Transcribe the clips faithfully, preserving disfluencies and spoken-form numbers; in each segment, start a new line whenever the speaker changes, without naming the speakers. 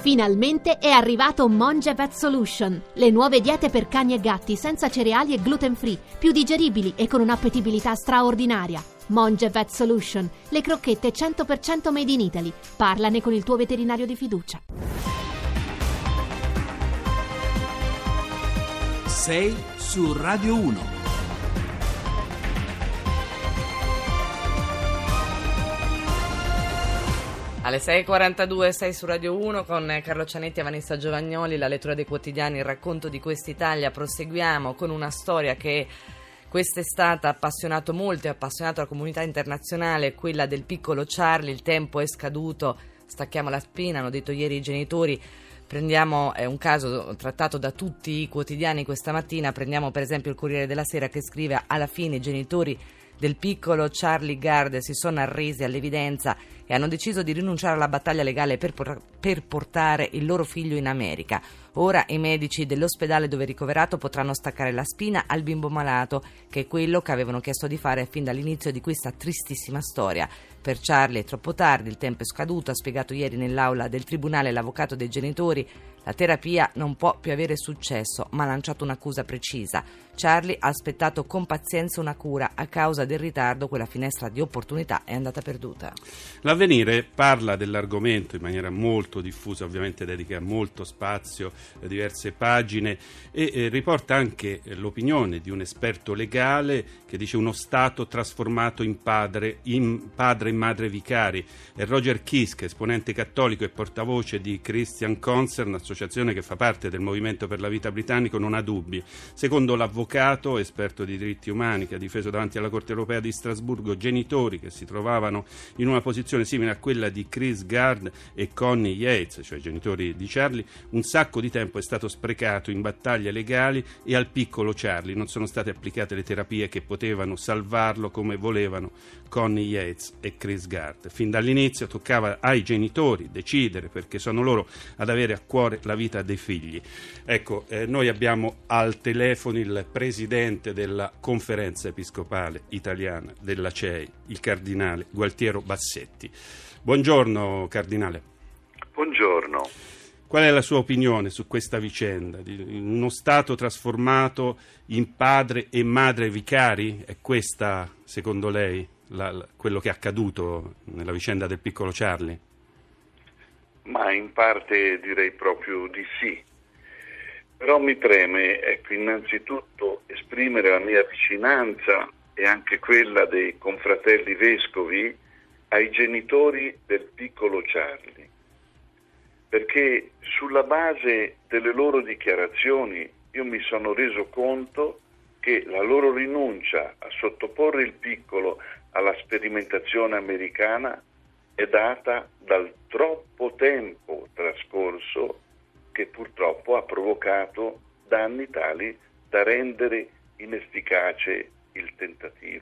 Finalmente è arrivato Monge Vet Solution, le nuove diete per cani e gatti senza cereali e gluten free, più digeribili e con un'appetibilità straordinaria. Monge Vet Solution, le crocchette cento per cento made in Italy. Parlane con il tuo veterinario di fiducia.
sei su Radio uno.
Alle sei e quarantadue, sei su Radio uno con Carlo Cianetti e Vanessa Giovagnoli, la lettura dei quotidiani, il racconto di quest'Italia. Proseguiamo con una storia che quest'estate ha appassionato molto e ha appassionato la comunità internazionale, quella del piccolo Charlie. Il tempo è scaduto, stacchiamo la spina, hanno detto ieri i genitori. Prendiamo eh, un caso trattato da tutti i quotidiani questa mattina. Prendiamo per esempio il Corriere della Sera, che scrive: alla fine i genitori del piccolo Charlie Gard si sono arresi all'evidenza e hanno deciso di rinunciare alla battaglia legale per, por- per portare il loro figlio in America. Ora i medici dell'ospedale dove è ricoverato potranno staccare la spina al bimbo malato, che è quello che avevano chiesto di fare fin dall'inizio di questa tristissima storia. Per Charlie è troppo tardi, il tempo è scaduto, ha spiegato ieri nell'aula del tribunale l'avvocato dei genitori. La terapia non può più avere successo, ma ha lanciato un'accusa precisa. Charlie ha aspettato con pazienza una cura. A causa del ritardo, quella finestra di opportunità è andata perduta.
L'Avvenire parla dell'argomento in maniera molto diffusa, ovviamente dedica molto spazio, eh, diverse pagine, e eh, riporta anche eh, l'opinione di un esperto legale che dice uno Stato trasformato in padre, in padre e madre vicari. È Roger Kiske, esponente cattolico e portavoce di Christian Concern, associazione che fa parte del Movimento per la Vita britannico, non ha dubbi. Secondo l'avvocato, esperto di diritti umani, che ha difeso davanti alla Corte europea di Strasburgo genitori che si trovavano in una posizione simile a quella di Chris Gard e Connie Yates, cioè i genitori di Charlie, un sacco di tempo è stato sprecato in battaglie legali e al piccolo Charlie non sono state applicate le terapie che potevano salvarlo come volevano Connie Yates e Chris Gard. Fin dall'inizio toccava ai genitori decidere, perché sono loro ad avere a cuore la vita dei figli. Ecco, eh, noi abbiamo al telefono il presidente della Conferenza Episcopale Italiana della C E I, il cardinale Gualtiero Bassetti. Buongiorno cardinale.
Buongiorno.
Qual è la sua opinione su questa vicenda? Di uno Stato trasformato in padre e madre vicari? È questa, secondo lei, la, la, quello che è accaduto nella vicenda del piccolo Charlie?
Ma in parte direi proprio di sì. Però mi preme, ecco, innanzitutto esprimere la mia vicinanza e anche quella dei confratelli vescovi ai genitori del piccolo Charlie, perché sulla base delle loro dichiarazioni io mi sono reso conto che la loro rinuncia a sottoporre il piccolo alla sperimentazione americana è data dal troppo tempo trascorso, che purtroppo ha provocato danni tali da rendere inefficace il tentativo.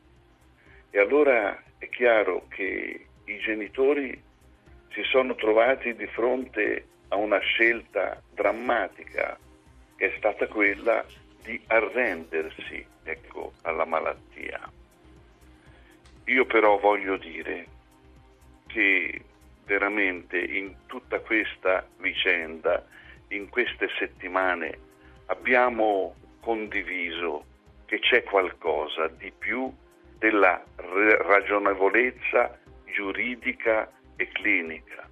E allora è chiaro che i genitori si sono trovati di fronte a una scelta drammatica, che è stata quella di arrendersi, ecco, alla malattia. Io però voglio dire che veramente in tutta questa vicenda, in queste settimane, abbiamo condiviso che c'è qualcosa di più della ragionevolezza giuridica e clinica.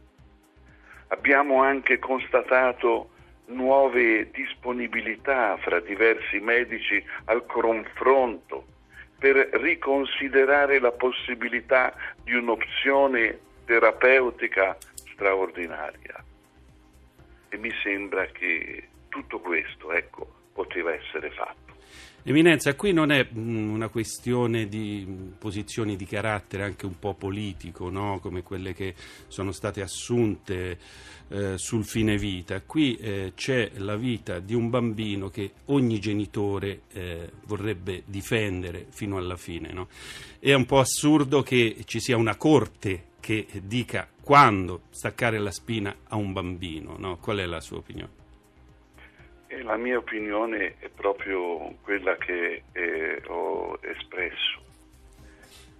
Abbiamo anche constatato nuove disponibilità fra diversi medici al confronto per riconsiderare la possibilità di un'opzione terapeutica straordinaria. E mi sembra che tutto questo, ecco, poteva essere fatto.
Eminenza, qui non è una questione di posizioni di carattere anche un po' politico, no? Come quelle che sono state assunte eh, sul fine vita. Qui eh, c'è la vita di un bambino che ogni genitore eh, vorrebbe difendere fino alla fine, no? È un po' assurdo che ci sia una corte che dica quando staccare la spina a un bambino, no? Qual è la sua opinione?
E la mia opinione è proprio quella che eh, ho espresso,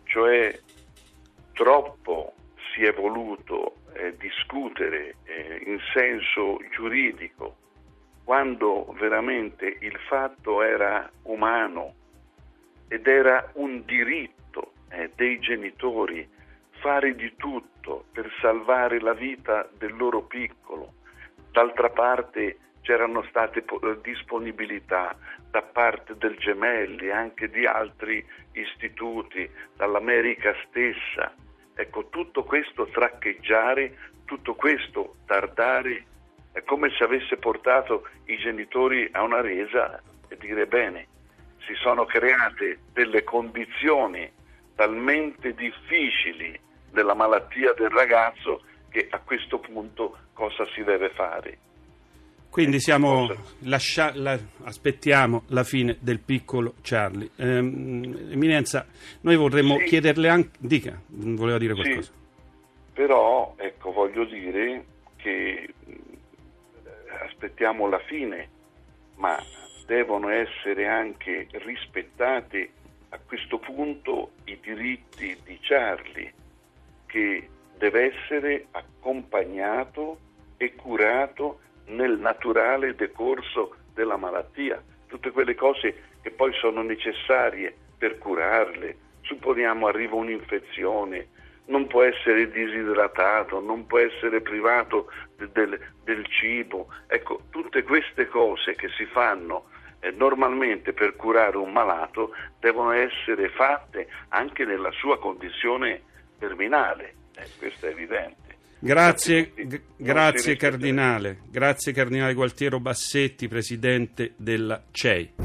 cioè troppo si è voluto eh, discutere eh, in senso giuridico, quando veramente il fatto era umano ed era un diritto eh, dei genitori fare di tutto per salvare la vita del loro piccolo. D'altra parte c'erano state disponibilità da parte del Gemelli, anche di altri istituti, dall'America stessa. Ecco, tutto questo traccheggiare, tutto questo tardare, è come se avesse portato i genitori a una resa e dire: bene, si sono create delle condizioni talmente difficili della malattia del ragazzo che a questo punto cosa si deve fare?
Quindi siamo lascia, la, aspettiamo la fine del piccolo Charlie. Ehm, Eminenza, noi vorremmo sì. chiederle anche... Dica, voleva dire qualcosa. Sì,
però, ecco, voglio dire che aspettiamo la fine, ma devono essere anche rispettati a questo punto i diritti di Charlie, che deve essere accompagnato e curato nel naturale decorso della malattia. Tutte quelle cose che poi sono necessarie per curarle. Supponiamo arriva un'infezione, non può essere disidratato, non può essere privato de- del, del cibo. Ecco, tutte queste cose che si fanno eh, normalmente per curare un malato devono essere fatte anche nella sua condizione terminale. Eh, questo è evidente.
Grazie, g- grazie Cardinale, grazie Cardinale Gualtiero Bassetti, Presidente della C E I.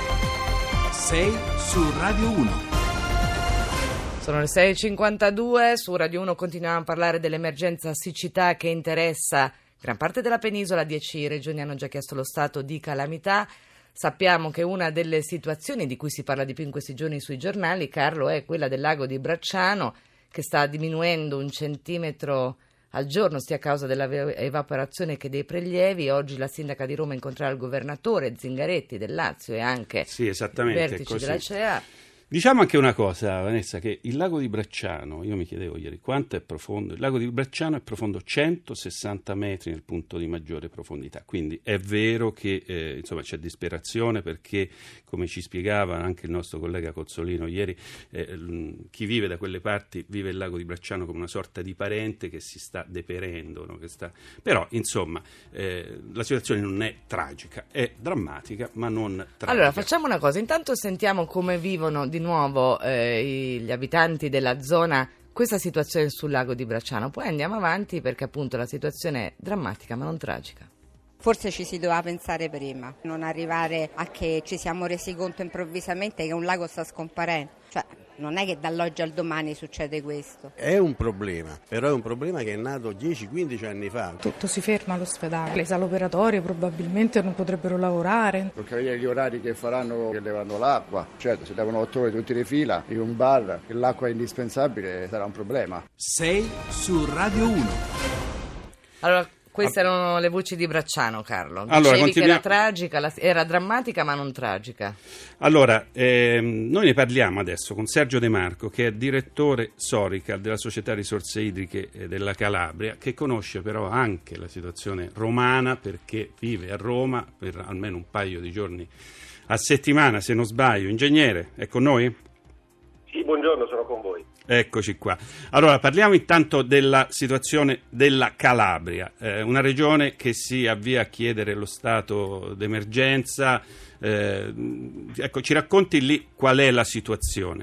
sei su Radio uno.
Sono le sei e cinquantadue, su Radio uno continuiamo a parlare dell'emergenza siccità che interessa gran parte della penisola. Dieci regioni hanno già chiesto lo stato di calamità. Sappiamo che una delle situazioni di cui si parla di più in questi giorni sui giornali, Carlo, è quella del lago di Bracciano, che sta diminuendo un centimetro al giorno sia a causa dell'evaporazione che dei prelievi. Oggi la sindaca di Roma incontrerà il governatore Zingaretti del Lazio e anche
sì,
i vertici
così.
della C E A.
Diciamo anche una cosa, Vanessa, che il lago di Bracciano, io mi chiedevo ieri quanto è profondo, il lago di Bracciano è profondo centosessanta metri nel punto di maggiore profondità, quindi è vero che eh, insomma c'è disperazione perché, come ci spiegava anche il nostro collega Cozzolino ieri, eh, chi vive da quelle parti vive il lago di Bracciano come una sorta di parente che si sta deperendo, no? Che sta... però insomma eh, la situazione non è tragica, è drammatica ma non tragica.
Allora facciamo una cosa, intanto sentiamo come vivono di nuovo eh, gli abitanti della zona questa situazione sul lago di Bracciano, poi andiamo avanti perché appunto la situazione è drammatica ma non tragica.
Forse ci si doveva pensare prima, non arrivare a che ci siamo resi conto improvvisamente che un lago sta scomparendo, cioè non è che dall'oggi al domani succede questo.
È un problema, però è un problema che è nato dieci quindici anni fa.
Tutto si ferma all'ospedale, le sale operatorie probabilmente non potrebbero lavorare.
Per capire gli orari che faranno che levano l'acqua, certo se devono otto ore tutte le fila in un bar, che l'acqua è indispensabile, sarà un problema.
sei su Radio uno.
Allora, queste erano le voci di Bracciano, Carlo. Dicevi
allora,
continua... che era tragica, era drammatica ma non tragica.
Allora, ehm, noi ne parliamo adesso con Sergio De Marco, che è direttore Sorical della Società Risorse Idriche della Calabria, che conosce però anche la situazione romana perché vive a Roma per almeno un paio di giorni a settimana, se non sbaglio. Ingegnere, è con noi?
Sì, buongiorno, sono con voi.
Eccoci qua. Allora, parliamo intanto della situazione della Calabria, eh, una regione che si avvia a chiedere lo stato d'emergenza. Eh, ecco, ci racconti lì qual è la situazione?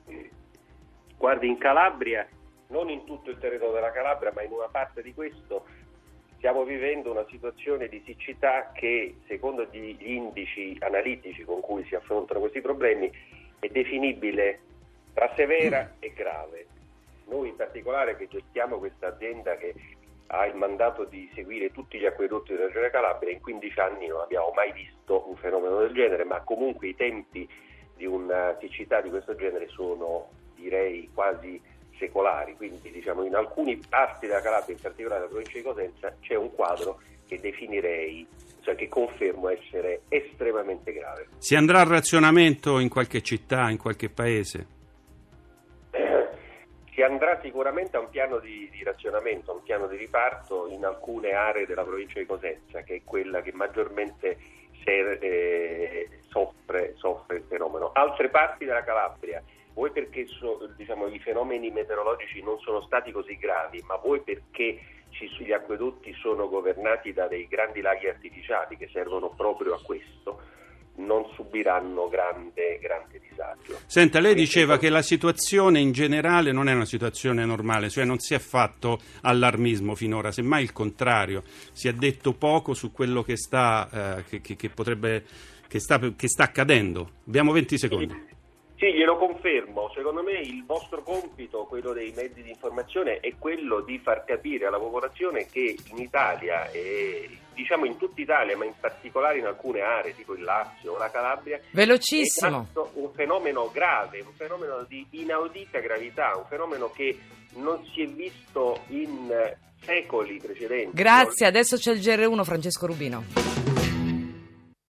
Guardi, in Calabria, non in tutto il territorio della Calabria, ma in una parte di questo, stiamo vivendo una situazione di siccità che, secondo gli indici analitici con cui si affrontano questi problemi, è definibile tra severa e grave. Noi in particolare che gestiamo questa azienda che ha il mandato di seguire tutti gli acquedotti della Regione Calabria, in quindici anni non abbiamo mai visto un fenomeno del genere, ma comunque i tempi di una siccità di questo genere sono, direi, quasi secolari. Quindi diciamo in alcune parti della Calabria, in particolare la provincia di Cosenza, c'è un quadro che definirei, cioè che confermo essere estremamente grave.
Si andrà al razionamento in qualche città, in qualche paese?
Si andrà sicuramente a un piano di, di razionamento, a un piano di riparto in alcune aree della provincia di Cosenza, che è quella che maggiormente se, eh, soffre, soffre il fenomeno. Altre parti della Calabria, vuoi perché so, diciamo, i fenomeni meteorologici non sono stati così gravi, ma vuoi perché ci, gli acquedotti sono governati da dei grandi laghi artificiali che servono proprio a questo, non subiranno grande, grande disagio.
Senta, lei diceva che la situazione in generale non è una situazione normale, cioè non si è fatto allarmismo finora, semmai il contrario, si è detto poco su quello che sta, eh, che, che, che potrebbe, che sta, che sta accadendo. Abbiamo venti secondi.
Sì, glielo confermo. Secondo me il vostro compito, quello dei mezzi di informazione, è quello di far capire alla popolazione che in Italia, e diciamo in tutta Italia, ma in particolare in alcune aree, tipo il Lazio o la Calabria,
velocissimo,
è un fenomeno grave, un fenomeno di inaudita gravità, un fenomeno che non si è visto in secoli precedenti.
Grazie, adesso c'è il G R uno, Francesco Rubino.